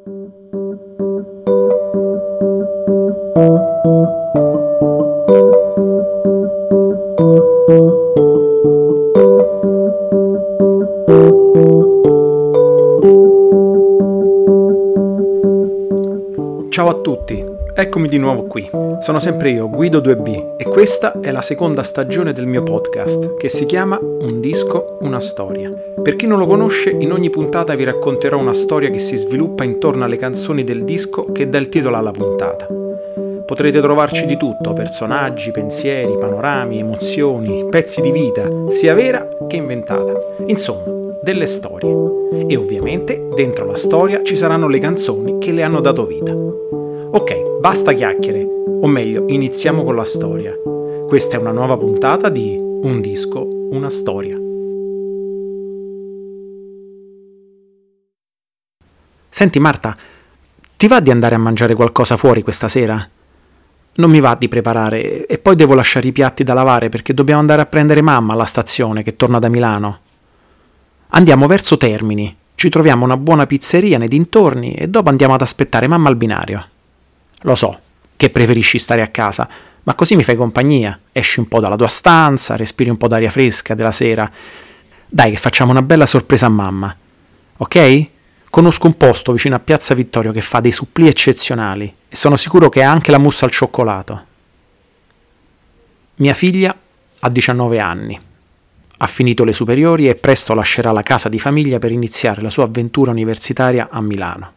Ciao a tutti, eccomi di nuovo qui. Sono sempre io, Guido 2B, e questa è la seconda stagione del mio podcast, che si chiama Un disco, una storia. Per chi non lo conosce, in ogni puntata vi racconterò una storia che si sviluppa intorno alle canzoni del disco che dà il titolo alla puntata. Potrete trovarci di tutto, personaggi, pensieri, panorami, emozioni, pezzi di vita, sia vera che inventata. Insomma, delle storie. E ovviamente dentro la storia ci saranno le canzoni che le hanno dato vita. Ok, basta chiacchiere, o meglio, iniziamo con la storia. Questa è una nuova puntata di Un disco, una storia. Senti Marta, ti va di andare a mangiare qualcosa fuori questa sera? Non mi va di preparare e poi devo lasciare i piatti da lavare perché dobbiamo andare a prendere mamma alla stazione che torna da Milano. Andiamo verso Termini, ci troviamo una buona pizzeria nei dintorni e dopo andiamo ad aspettare mamma al binario. Lo so che preferisci stare a casa, ma così mi fai compagnia, esci un po' dalla tua stanza, respiri un po' d'aria fresca della sera. Dai che facciamo una bella sorpresa a mamma, ok? Conosco un posto vicino a Piazza Vittorio che fa dei supplì eccezionali e sono sicuro che ha anche la mousse al cioccolato. Mia figlia ha 19 anni. Ha finito le superiori e presto lascerà la casa di famiglia per iniziare la sua avventura universitaria a Milano.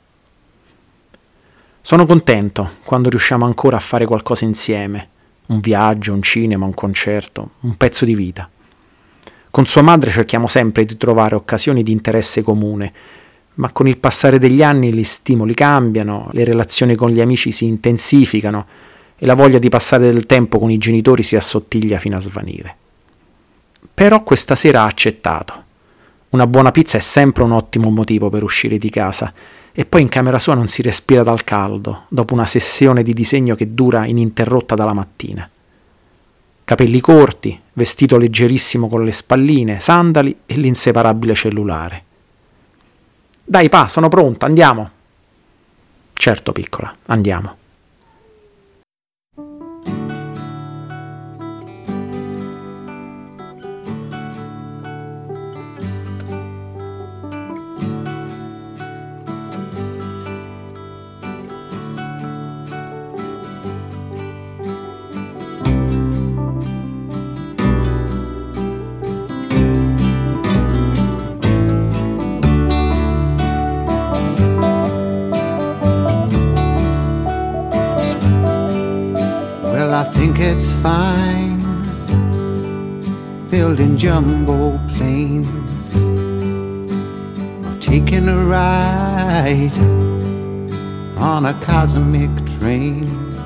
Sono contento quando riusciamo ancora a fare qualcosa insieme, un viaggio, un cinema, un concerto, un pezzo di vita. Con sua madre cerchiamo sempre di trovare occasioni di interesse comune, ma con il passare degli anni gli stimoli cambiano, le relazioni con gli amici si intensificano e la voglia di passare del tempo con i genitori si assottiglia fino a svanire. Però questa sera ha accettato. Una buona pizza è sempre un ottimo motivo per uscire di casa e poi in camera sua non si respira dal caldo dopo una sessione di disegno che dura ininterrotta dalla mattina. Capelli corti, vestito leggerissimo con le spalline, sandali e l'inseparabile cellulare. Dai pa, sono pronta, andiamo. Certo piccola, andiamo. I think it's fine building jumbo planes or taking a ride on a cosmic train.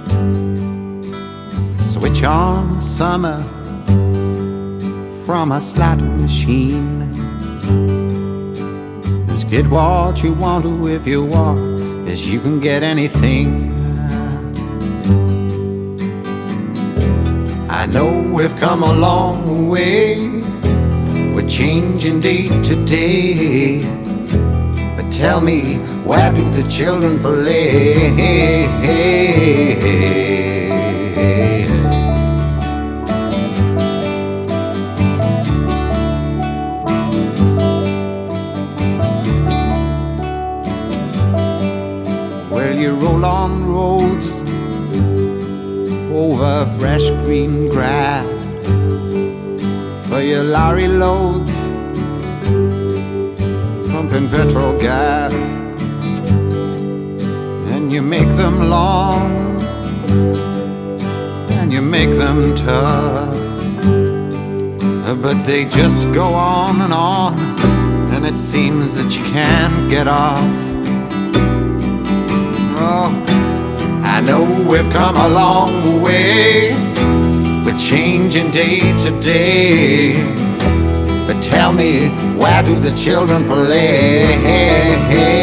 Switch on summer from a slot machine. Just get what you want to if you want, as you can get anything. I know we've come a long way, we're changing day to day, but tell me, where do the children play? Well, you roll on roads over fresh green grass for your lorry loads, pumping petrol gas, and you make them long and you make them tough, but they just go on, and it seems that you can't get off. Oh, I know we've come a long way, we're changing day to day, but tell me, where do the children play?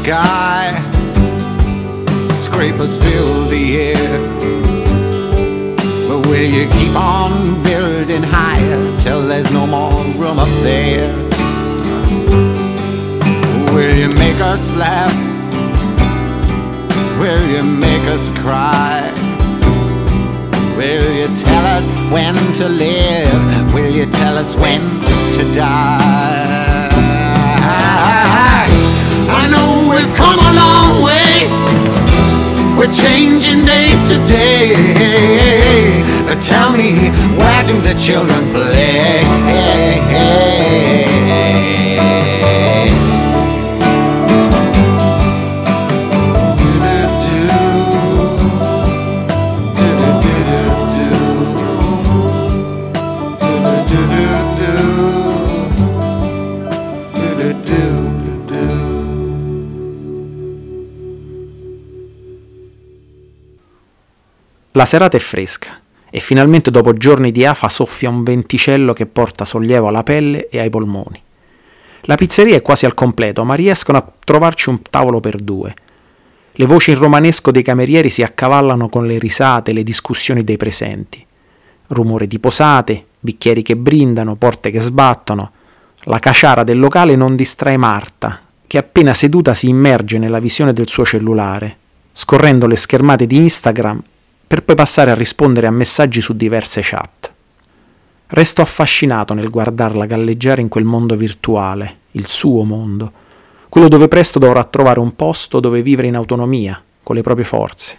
sky. Scrapers fill the air. But will you keep on building higher till there's no more room up there? Will you make us laugh? Will you make us cry? Will you tell us when to live? Will you tell us when to die? I know we've come a long way. We're changing day to day. But tell me, where do the children play? La serata è fresca e finalmente dopo giorni di afa soffia un venticello che porta sollievo alla pelle e ai polmoni. La pizzeria è quasi al completo, ma riescono a trovarci un tavolo per due. Le voci in romanesco dei camerieri si accavallano con le risate e le discussioni dei presenti. Rumore di posate, bicchieri che brindano, porte che sbattono. La caciara del locale non distrae Marta, che appena seduta si immerge nella visione del suo cellulare, scorrendo le schermate di Instagram per poi passare a rispondere a messaggi su diverse chat. Resto affascinato nel guardarla galleggiare in quel mondo virtuale, il suo mondo, quello dove presto dovrà trovare un posto dove vivere in autonomia, con le proprie forze.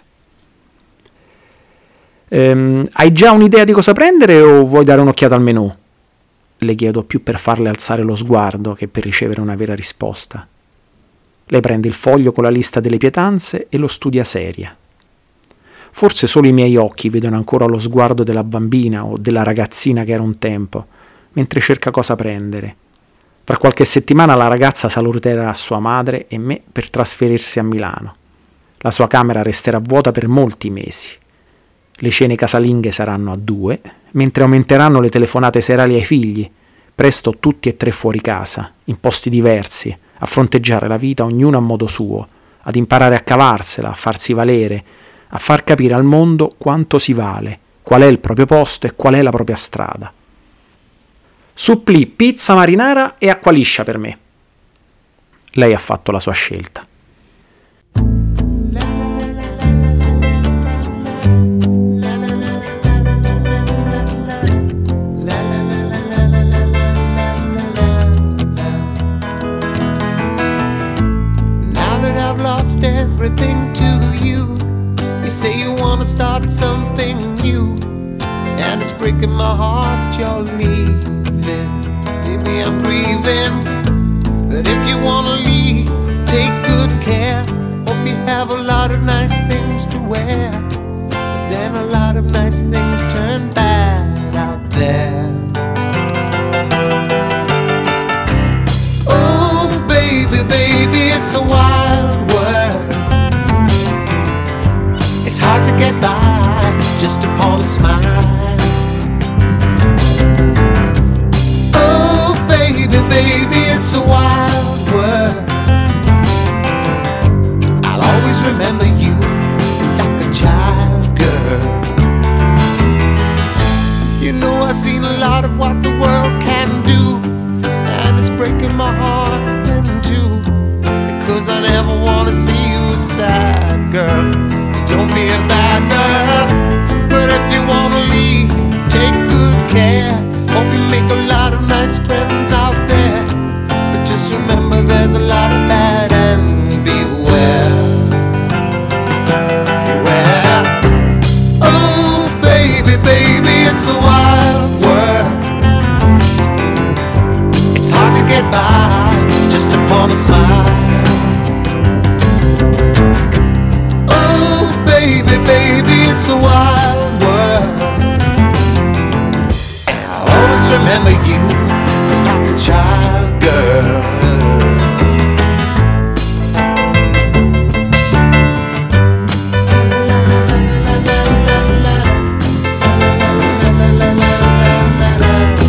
Hai già un'idea di cosa prendere o vuoi dare un'occhiata al menù? Le chiedo più per farle alzare lo sguardo che per ricevere una vera risposta. Lei prende il foglio con la lista delle pietanze e lo studia seria. Forse solo i miei occhi vedono ancora lo sguardo della bambina o della ragazzina che era un tempo, mentre cerca cosa prendere. Tra qualche settimana la ragazza saluterà sua madre e me per trasferirsi a Milano. La sua camera resterà vuota per molti mesi. Le cene casalinghe saranno a 2, mentre aumenteranno le telefonate serali ai figli, presto tutti e 3 fuori casa, in posti diversi, a fronteggiare la vita ognuno a modo suo, ad imparare a cavarsela, a farsi valere, a far capire al mondo quanto si vale, qual è il proprio posto e qual è la propria strada. Supplì pizza marinara e acqua liscia per me. Lei ha fatto la sua scelta. Now that I've lost everything to you, you say you wanna start something new, and it's breaking my heart you're leaving. Maybe I'm grieving, but if you wanna leave, take good care. Hope you have a lot of nice things to wear, but then a lot of nice things turn bad out there. Oh baby, baby, it's a wild world. It's hard to get by just upon a smile. Oh baby, baby, it's a wild world. I'll always remember you like a child, girl. You know I've seen a lot of what the world can do, and it's breaking my heart in two, because I never wanna see you sad, girl. Don't be a bad girl, but if you wanna leave, take good care. Hope you make a lot of nice friends out there, but just remember there's a lot of bad and beware. Beware. Oh baby, baby, it's a wild world. It's hard to get by just upon a smile. Baby, baby, it's a wild world, and I'll always remember you like a child, girl.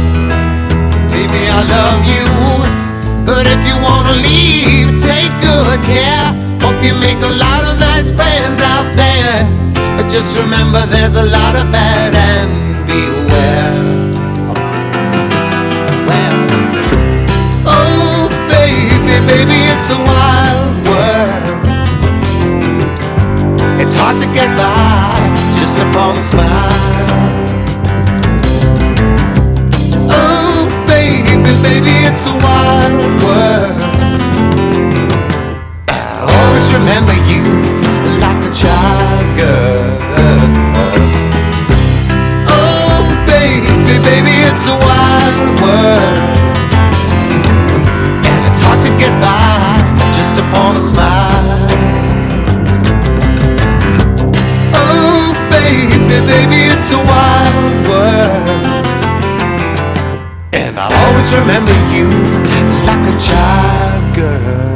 Baby, I love you, but if you wanna leave, take good gonna care. Hope you make a lot of nice friends out there, but just remember there's a lot of bad and beware. Oh baby, baby, it's a wild world. It's hard to get by just upon a smile. Oh baby, baby, it's a wild world. I'll always remember you like a child girl. Oh baby, baby, it's a wild world, and it's hard to get by just upon a smile. Oh baby, baby, it's a wild world, and I'll always remember you like a child girl.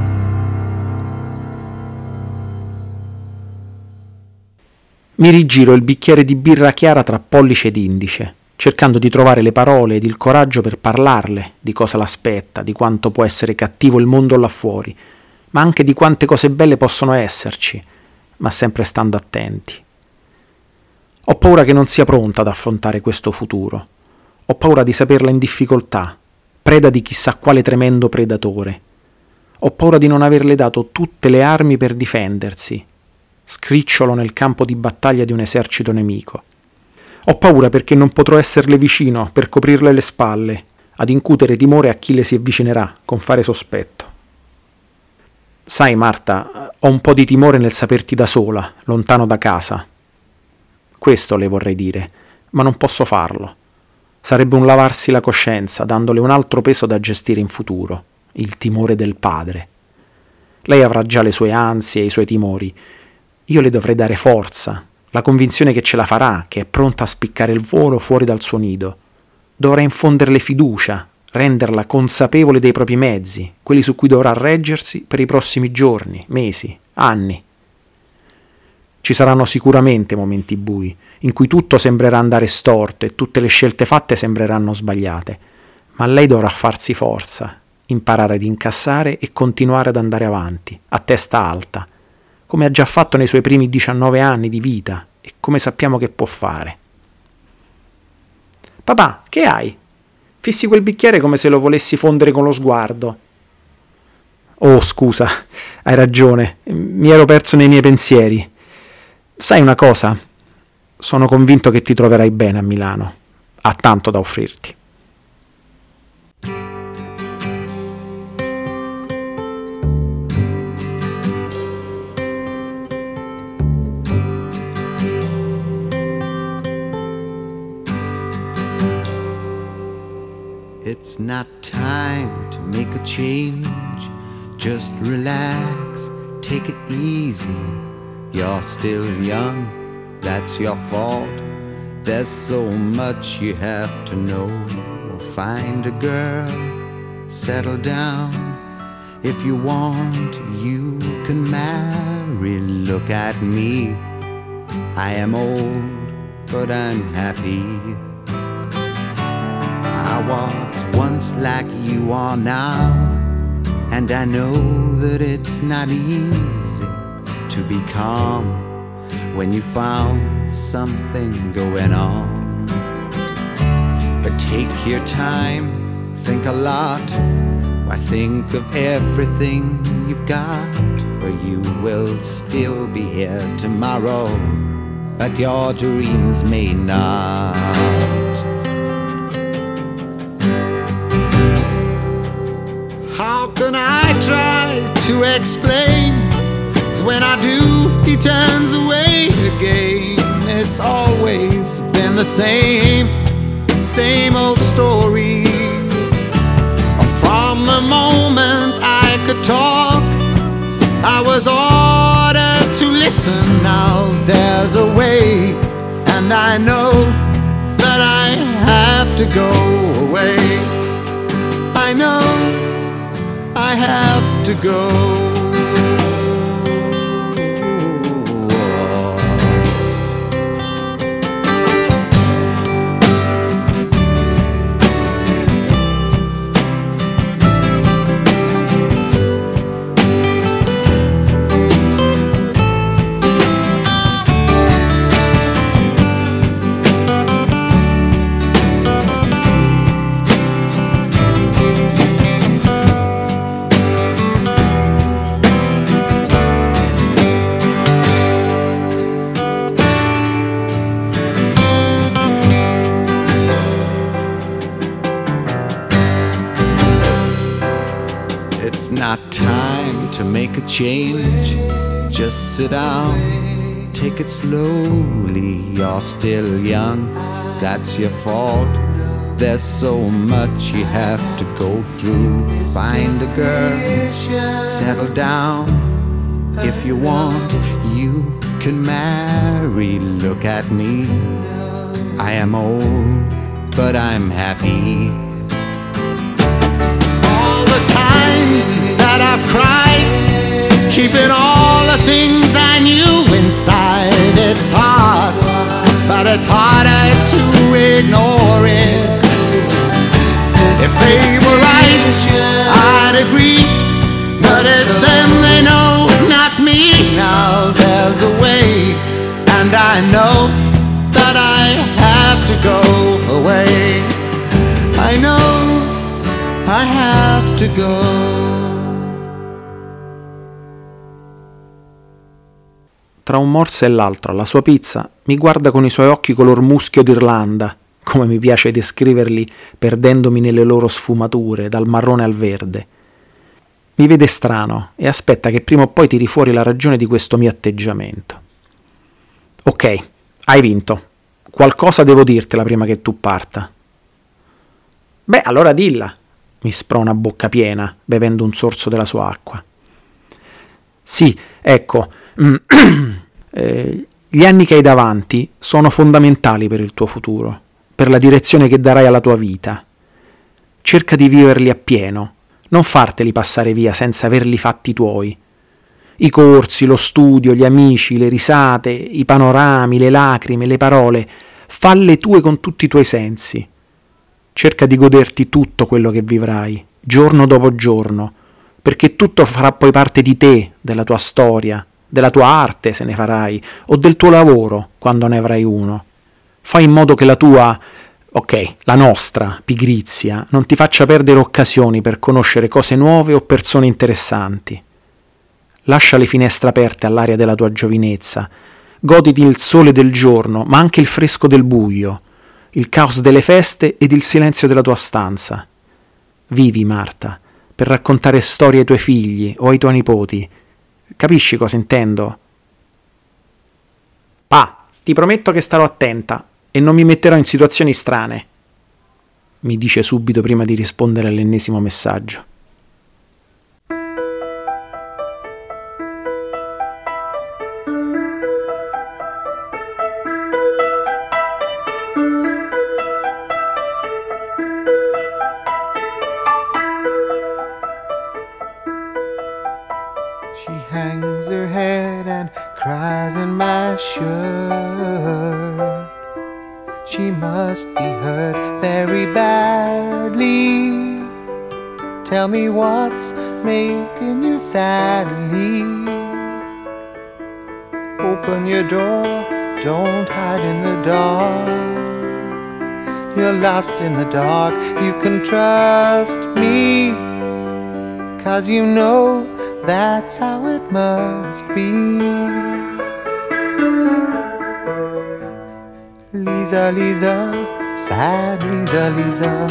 Mi rigiro il bicchiere di birra chiara tra pollice ed indice, cercando di trovare le parole ed il coraggio per parlarle di cosa l'aspetta, di quanto può essere cattivo il mondo là fuori, ma anche di quante cose belle possono esserci, ma sempre stando attenti. Ho paura che non sia pronta ad affrontare questo futuro. Ho paura di saperla in difficoltà, preda di chissà quale tremendo predatore. Ho paura di non averle dato tutte le armi per difendersi, scricciolo nel campo di battaglia di un esercito nemico. Ho paura perché non potrò esserle vicino per coprirle le spalle, ad incutere timore a chi le si avvicinerà con fare sospetto. Sai Marta, ho un po' di timore nel saperti da sola, lontano da casa. Questo le vorrei dire, ma non posso farlo. Sarebbe un lavarsi la coscienza, dandole un altro peso da gestire in futuro, il timore del padre. Lei avrà già le sue ansie e i suoi timori. Io le dovrei dare forza, la convinzione che ce la farà, che è pronta a spiccare il volo fuori dal suo nido. Dovrei infonderle fiducia, renderla consapevole dei propri mezzi, quelli su cui dovrà reggersi per i prossimi giorni, mesi, anni. Ci saranno sicuramente momenti bui, in cui tutto sembrerà andare storto e tutte le scelte fatte sembreranno sbagliate, ma lei dovrà farsi forza, imparare ad incassare e continuare ad andare avanti, a testa alta, come ha già fatto nei suoi primi 19 anni di vita e come sappiamo che può fare. Papà, che hai? Fissi quel bicchiere come se lo volessi fondere con lo sguardo. Oh, scusa, hai ragione, mi ero perso nei miei pensieri. Sai una cosa? Sono convinto che ti troverai bene a Milano. Ha tanto da offrirti. It's not time to make a change. Just relax, take it easy. You're still young, that's your fault. There's so much you have to know. Find a girl, settle down. If you want, you can marry. Look at me, I am old, but I'm happy. I was once like you are now, and I know that it's not easy to be calm when you found something going on. But take your time, think a lot. Why, think of everything you've got, for you will still be here tomorrow, but your dreams may not. How can I try to explain? When I do, he turns away again. It's always been the same old story. From the moment I could talk, I was ordered to listen. Now there's a way, and I know that I have to go away. I know I have to go. It's not time to make a change. Just sit down, take it slowly. You're still young, that's your fault. There's so much you have to go through. Find a girl, settle down. If you want, you can marry. Look at me, I am old, but I'm happy. All the times that I've cried, keeping all the things I knew inside. It's hard, but it's harder to ignore it. If they were right, I'd agree, but it's them they know, not me. Now there's a way, and I know that I have to go away. I know I have to go. Tra un morso e l'altro alla sua pizza mi guarda con i suoi occhi color muschio d'Irlanda, come mi piace descriverli perdendomi nelle loro sfumature, dal marrone al verde. Mi vede strano e aspetta che prima o poi tiri fuori la ragione di questo mio atteggiamento. Ok, hai vinto. Qualcosa devo dirtela prima che tu parta. Beh, allora dilla, mi sprona a bocca piena, bevendo un sorso della sua acqua. Sì, ecco, gli anni che hai davanti sono fondamentali per il tuo futuro, per la direzione che darai alla tua vita. Cerca di viverli appieno, non farteli passare via senza averli fatti tuoi. I corsi, lo studio, gli amici, le risate, i panorami, le lacrime, le parole, falle tue con tutti i tuoi sensi. Cerca di goderti tutto quello che vivrai, giorno dopo giorno, perché tutto farà poi parte di te, della tua storia, della tua arte se ne farai, o del tuo lavoro quando ne avrai uno. Fai in modo che la tua, la nostra pigrizia non ti faccia perdere occasioni per conoscere cose nuove o persone interessanti. Lascia le finestre aperte all'aria della tua giovinezza, goditi il sole del giorno, ma anche il fresco del buio, il caos delle feste ed il silenzio della tua stanza. Vivi, Marta, per raccontare storie ai tuoi figli o ai tuoi nipoti. Capisci cosa intendo? Pa, ti prometto che starò attenta e non mi metterò in situazioni strane, mi dice subito prima di rispondere all'ennesimo messaggio. She hangs her head and cries in my shirt. She must be hurt very badly. Tell me what's making you sadly. Open your door, don't hide in the dark. You're lost in the dark, you can trust me, 'cause you know that's how it must be. Lisa, Lisa, sad Lisa, Lisa.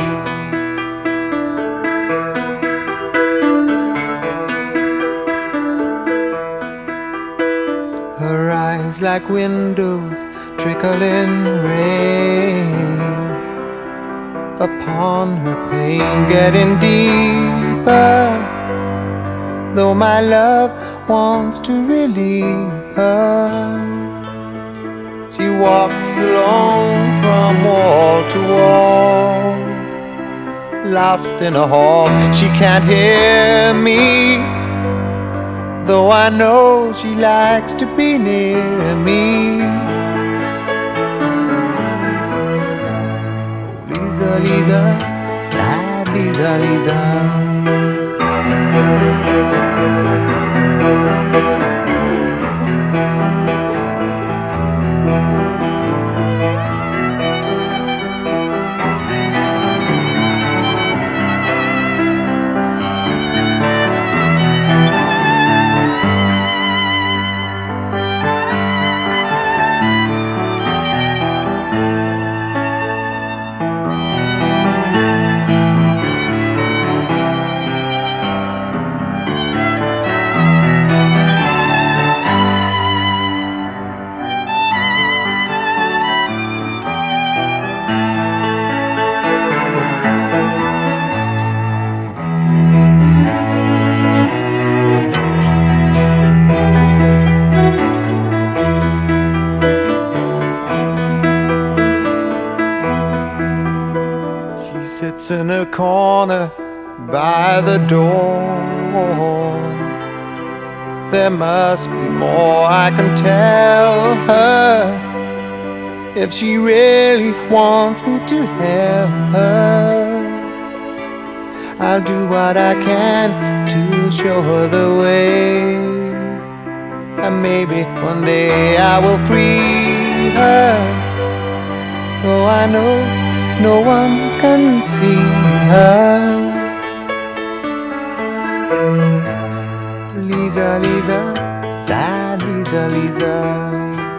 Her eyes like windows, trickling rain upon her pain, getting deeper. Though my love wants to relieve her, she walks alone from wall to wall, lost in a hall. She can't hear me, though I know she likes to be near me. Oh, Lisa, Lisa, sad Lisa, Lisa. in a corner by the door. There must be more I can tell her if she really wants me to help her. I'll do what I can to show her the way, and maybe one day I will free her. Though I know no one can see her. Lisa, Lisa, sad Lisa, Lisa.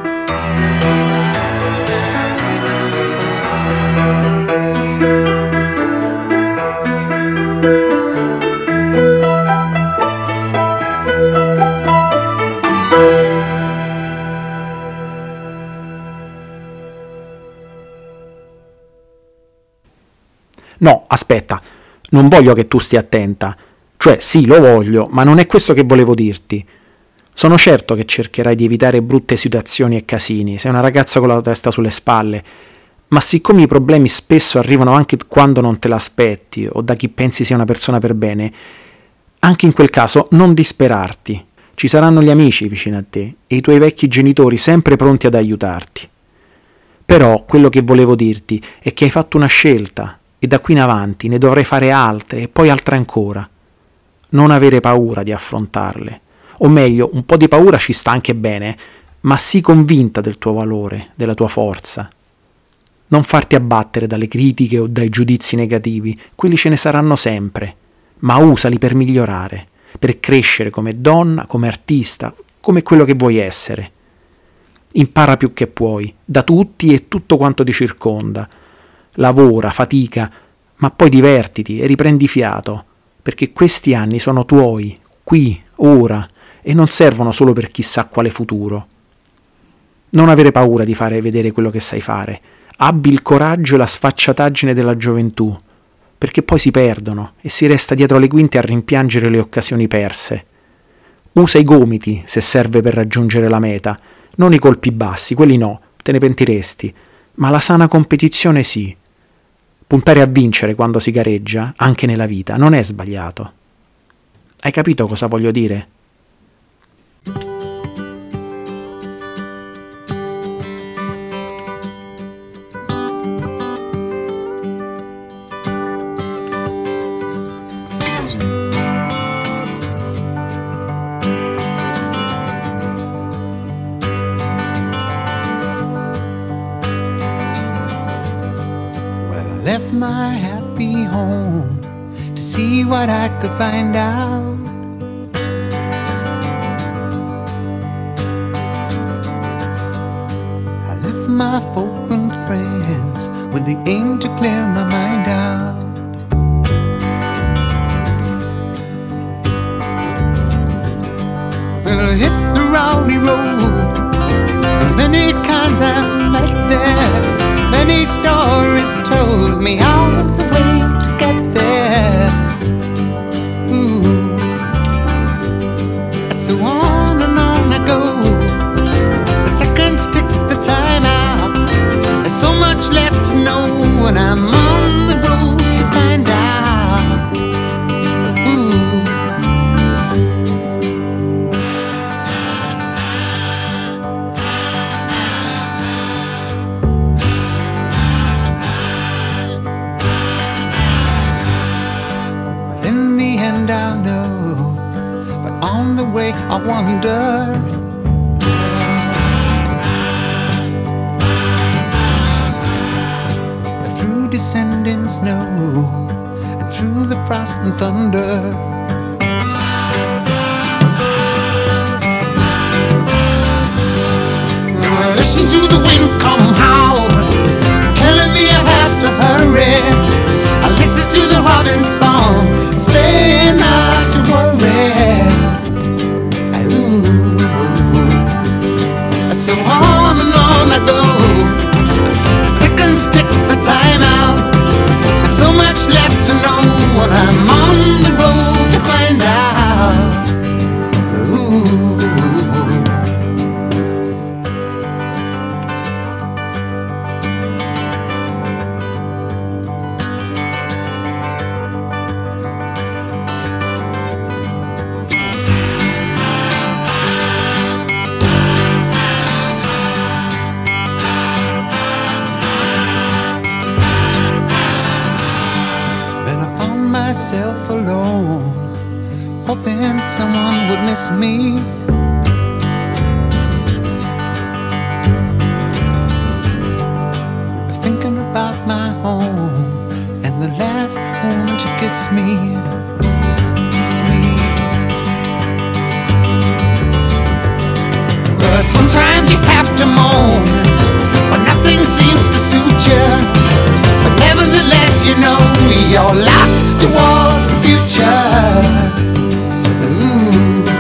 No, aspetta, non voglio che tu stia attenta. Cioè, sì, lo voglio, ma non è questo che volevo dirti. Sono certo che cercherai di evitare brutte situazioni e casini, sei una ragazza con la testa sulle spalle, ma siccome i problemi spesso arrivano anche quando non te l'aspetti o da chi pensi sia una persona per bene, anche in quel caso non disperarti. Ci saranno gli amici vicino a te e i tuoi vecchi genitori sempre pronti ad aiutarti. Però quello che volevo dirti è che hai fatto una scelta e da qui in avanti ne dovrai fare altre e poi altre ancora. Non avere paura di affrontarle, o meglio, un po' di paura ci sta anche bene, ma sii convinta del tuo valore, della tua forza. Non farti abbattere dalle critiche o dai giudizi negativi, quelli ce ne saranno sempre, ma usali per migliorare, per crescere come donna, come artista, come quello che vuoi essere. Impara più che puoi, da tutti e tutto quanto ti circonda. Lavora, fatica, ma poi divertiti e riprendi fiato, perché questi anni sono tuoi, qui, ora, e non servono solo per chissà quale futuro. Non avere paura di fare vedere quello che sai fare. Abbi il coraggio e la sfacciataggine della gioventù, perché poi si perdono e si resta dietro le quinte a rimpiangere le occasioni perse. Usa i gomiti se serve per raggiungere la meta, non i colpi bassi, quelli no, te ne pentiresti, ma la sana competizione sì. Puntare a vincere quando si gareggia, anche nella vita, non è sbagliato. Hai capito cosa voglio dire? Left my happy home to see what I could find out. I left my folk and friends with the aim to clear my mind out. Well, I hit the rowdy road, and many kinds I've met there. Many stories told me all of the way to get there. Ooh. So on and on I go. The seconds tick the time out. There's so much left to know, and I'm on the road to find out. Ooh. I'll know, but on the way I wonder. Through descending snow and through the frost and thunder, I listen to the wind come howl, telling me I have to hurry. I listen to the robin's song, saying not to worry. Ooh. So on and on I go. Seconds tick the time out. There's so much left to know, and I'm on the road to find out. Ooh. myself alone, hoping someone would miss me. Thinking about my home and the last woman to kiss me. But sometimes you have to moan when nothing seems to suit you. But nevertheless, you know you're locked towards the future. Ooh.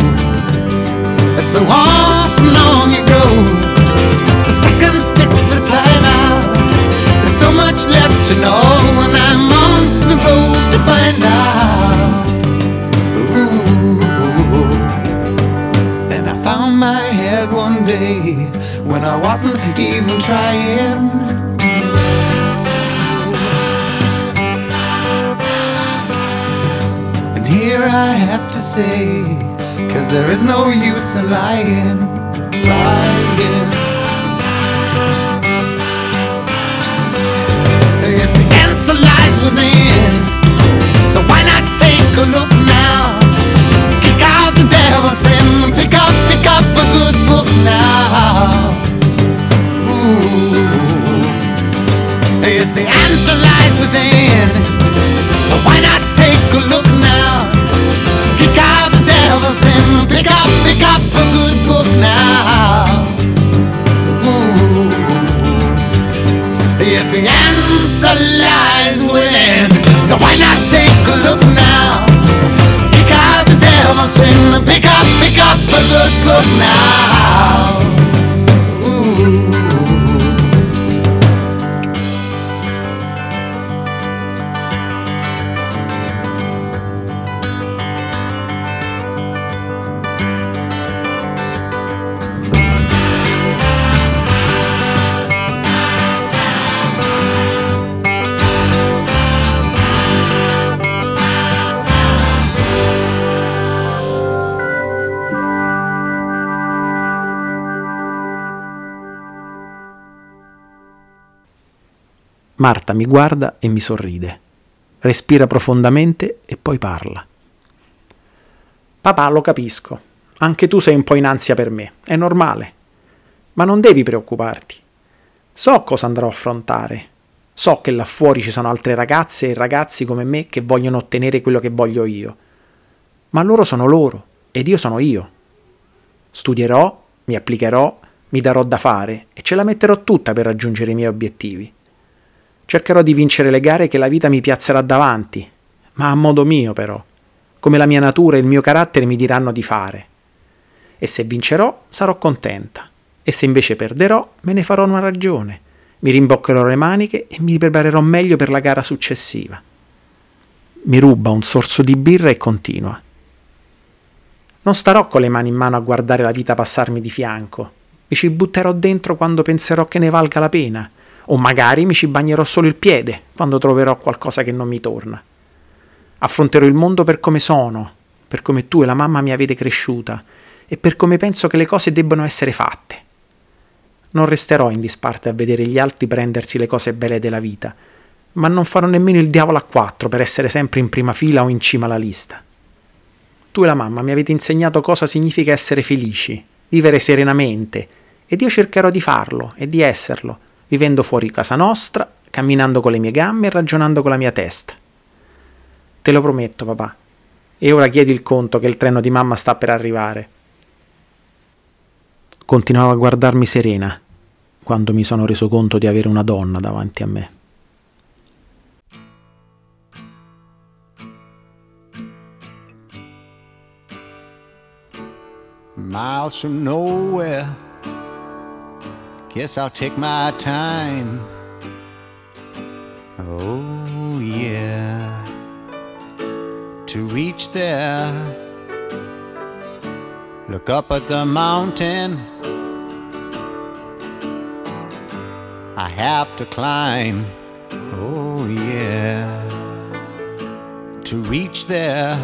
So off and on you go. The seconds tick the time out. There's so much left to know, and I'm on the road to find out. Ooh. And I found my head one day when I wasn't even trying. And here I have to say, 'cause there is no use in lying. Yes, the answer lies within. So why not take a look now? Kick out the devil's sin, pick up a good book now. Ooh. Yes, the answer lies within. So why not take a look now? Kick out the devil's sin, pick up a good book now. Ooh. Yes, the answer lies within. So why not take a look now? Kick out the devil's sin, pick up a good book now. Ooh. Marta mi guarda e mi sorride. Respira profondamente e poi parla. Papà, lo capisco. Anche tu sei un po' in ansia per me. È normale. Ma non devi preoccuparti. So cosa andrò a affrontare. So che là fuori ci sono altre ragazze e ragazzi come me che vogliono ottenere quello che voglio io. Ma loro sono loro ed io sono io. Studierò, mi applicherò, mi darò da fare e ce la metterò tutta per raggiungere i miei obiettivi. Cercherò di vincere le gare che la vita mi piazzerà davanti, ma a modo mio però, come la mia natura e il mio carattere mi diranno di fare. E se vincerò sarò contenta, e se invece perderò me ne farò una ragione, mi rimboccherò le maniche e mi preparerò meglio per la gara successiva. Mi ruba un sorso di birra e continua. Non starò con le mani in mano a guardare la vita passarmi di fianco, mi ci butterò dentro quando penserò che ne valga la pena, o magari mi ci bagnerò solo il piede quando troverò qualcosa che non mi torna. Affronterò il mondo per come sono, per come tu e la mamma mi avete cresciuta e per come penso che le cose debbano essere fatte. Non resterò in disparte a vedere gli altri prendersi le cose belle della vita, ma non farò nemmeno il diavolo a quattro per essere sempre in prima fila o in cima alla lista. Tu e la mamma mi avete insegnato cosa significa essere felici, vivere serenamente, ed io cercherò di farlo e di esserlo, vivendo fuori casa nostra, camminando con le mie gambe e ragionando con la mia testa. Te lo prometto, papà. E ora chiedi il conto che il treno di mamma sta per arrivare. Continuavo a guardarmi serena quando mi sono reso conto di avere una donna davanti a me. Miles from nowhere, guess I'll take my time. Oh yeah, to reach there, look up at the mountain I have to climb. Oh yeah, to reach there,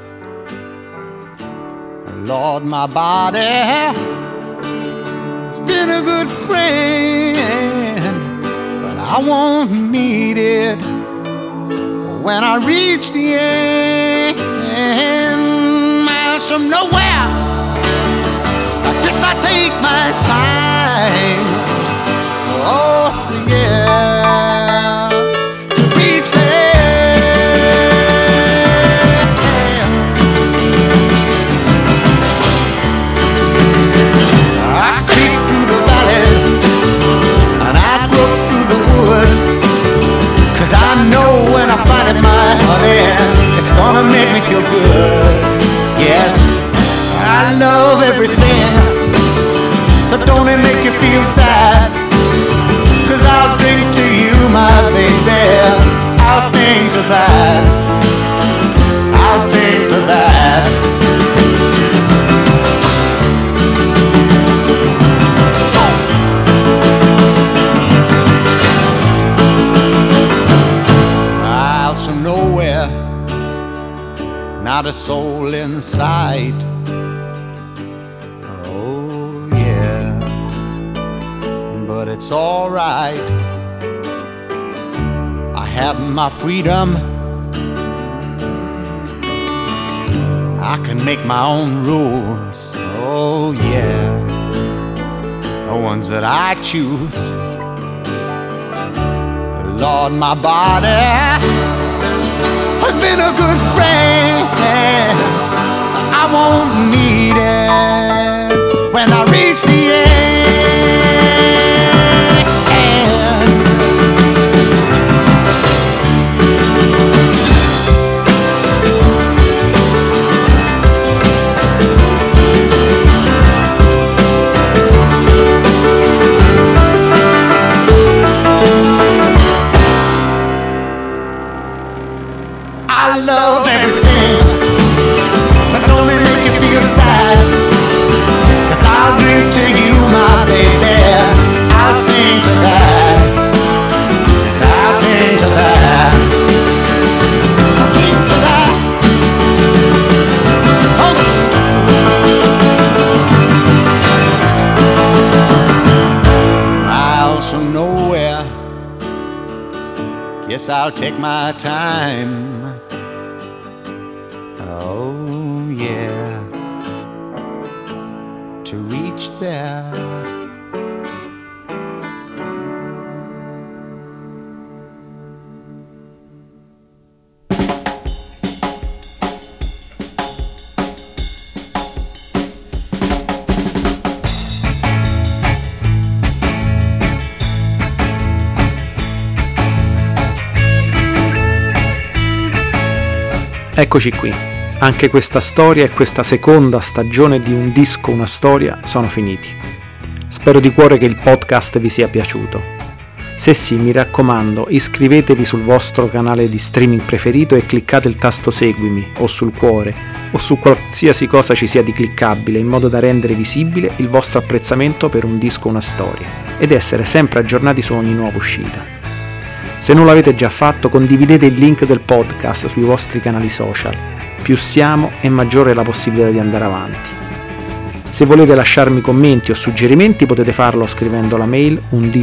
Lord, my body has been a good friend, but I won't need it when I reach the end, miles from nowhere, I guess I take my time. Oh yeah, to reach there. I creep through the valleys and I grope through the woods, 'cause I know when I find it, my honey, it's gonna make me feel good. Yes, I love everything, so don't it make you feel sad? 'Cause I'll drink to you, my baby, I'll think to that, I'll think to that. Miles from nowhere, not a soul in sight. Oh yeah, but it's all right. I have my freedom, I can make my own rules. Oh yeah, the ones that I choose. Lord, my body has been a good friend. I won't need it when I reach the end. I love everything, so don't it make you feel sad? 'Cause I'll drink to you, my baby, I'll think to that. Yes, I'll think to that. I'll think to that. Oh. Miles from nowhere, guess I'll take my time. Oh yeah, to reach there. Eccoci qui, anche questa storia e questa seconda stagione di Un disco, una storia sono finiti. Spero di cuore che il podcast vi sia piaciuto. Se sì, mi raccomando, iscrivetevi sul vostro canale di streaming preferito e cliccate il tasto seguimi o sul cuore o su qualsiasi cosa ci sia di cliccabile, in modo da rendere visibile il vostro apprezzamento per Un disco, una storia ed essere sempre aggiornati su ogni nuova uscita. Se non l'avete già fatto, condividete il link del podcast sui vostri canali social. Più siamo e maggiore è la possibilità di andare avanti. Se volete lasciarmi commenti o suggerimenti potete farlo scrivendo la mail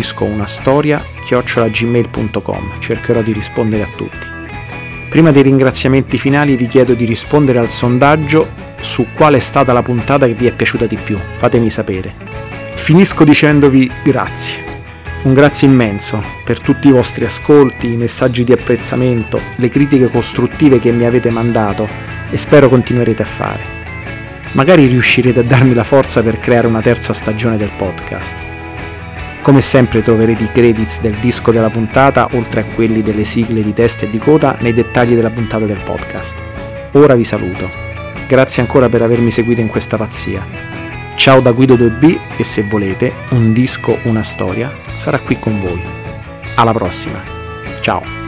undiscounastoria@gmail.com. Cercherò di rispondere a tutti. Prima dei ringraziamenti finali vi chiedo di rispondere al sondaggio su qual è stata la puntata che vi è piaciuta di più. Fatemi sapere. Finisco dicendovi grazie. Un grazie immenso per tutti i vostri ascolti, i messaggi di apprezzamento, le critiche costruttive che mi avete mandato e spero continuerete a fare. Magari riuscirete a darmi la forza per creare una terza stagione del podcast. Come sempre troverete i credits del disco della puntata, oltre a quelli delle sigle di testa e di coda, nei dettagli della puntata del podcast. Ora vi saluto. Grazie ancora per avermi seguito in questa pazzia. Ciao da Guido 2B e se volete, Un disco, una storia sarà qui con voi. Alla prossima. Ciao.